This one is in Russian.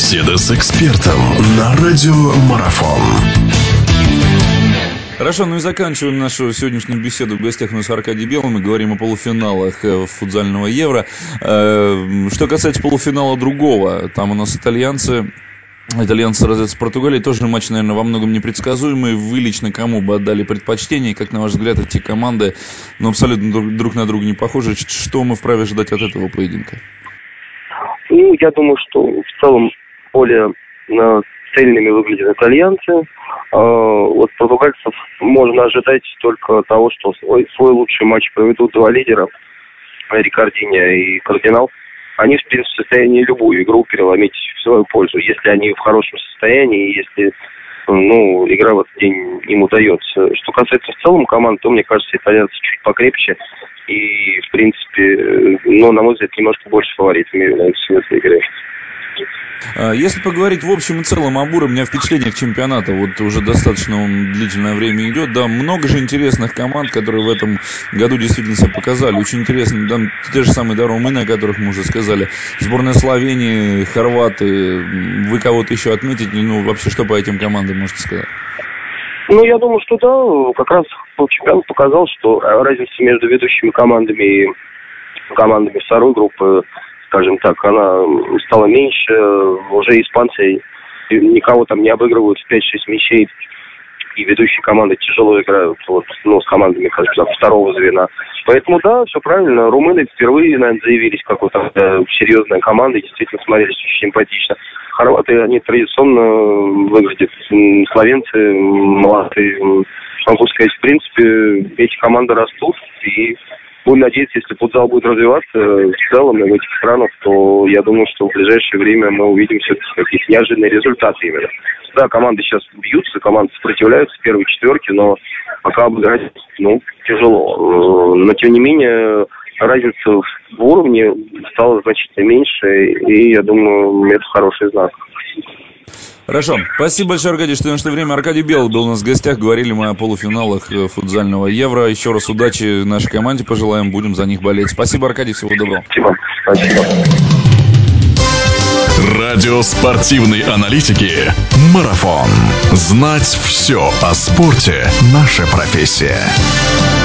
Беседа с экспертом на радио Марафон. Хорошо, ну и заканчиваем нашу сегодняшнюю беседу. В гостях у нас Аркадий Белый. Мы говорим о полуфиналах футзального Евро. Что касается полуфинала другого, там у нас итальянцы разят с Португалией. Тоже матч, наверное, во многом непредсказуемый. Вы лично кому бы отдали предпочтение? Как, на ваш взгляд, эти команды абсолютно друг на друга не похожи? Что мы вправе ждать от этого поединка? Ну, я думаю, что в целом более цельными выглядят итальянцы. От португальцев можно ожидать только того, что свой лучший матч проведут два лидера, Рикардиньо и Кардинал. Они, в принципе, в состоянии любую игру переломить в свою пользу, если они в хорошем состоянии, если игра в этот день им удается. Что касается в целом команд, то, мне кажется, итальянцы чуть покрепче и, в принципе, на мой взгляд, немножко больше фаворитами являются в этой игре. Если поговорить в общем и целом об уровне впечатлениях чемпионата, вот уже достаточно он длительное время идет, да, много же интересных команд, которые в этом году действительно себя показали. Очень интересно, да, те же самые румыны, о которых мы уже сказали, сборная Словении, хорваты, вы кого-то еще отметите, вообще что по этим командам можете сказать? Я думаю, что да, как раз чемпионат показал, что разница между ведущими командами и командами второй группы, скажем так, она стала меньше. Уже испанцы никого там не обыгрывают в 5-6 мячей. И ведущие команды тяжело играют с командами, скажем, второго звена. Поэтому, да, все правильно. Румыны впервые, наверное, заявились как серьезная команда и действительно смотрелись очень симпатично. Хорваты, они традиционно выглядят. Словенцы молодцы. Могу сказать, в принципе, эти команды растут. И будем надеяться, если футзал будет развиваться в целом в этих странах, то я думаю, что в ближайшее время мы увидим все-таки какие-то неожиданные результаты именно. Да, команды сейчас бьются, команды сопротивляются в первой четверке, но пока обыграть, тяжело. Но, тем не менее, разница в уровне стала значительно меньше, и я думаю, это хороший знак. Хорошо. Спасибо большое, Аркадий, что нашли время. Аркадий Белый был у нас в гостях. Говорили мы о полуфиналах футзального Евро. Еще раз удачи нашей команде пожелаем. Будем за них болеть. Спасибо, Аркадий. Всего доброго. Спасибо. Радио спортивной аналитики «Марафон». Знать все о спорте – наша профессия.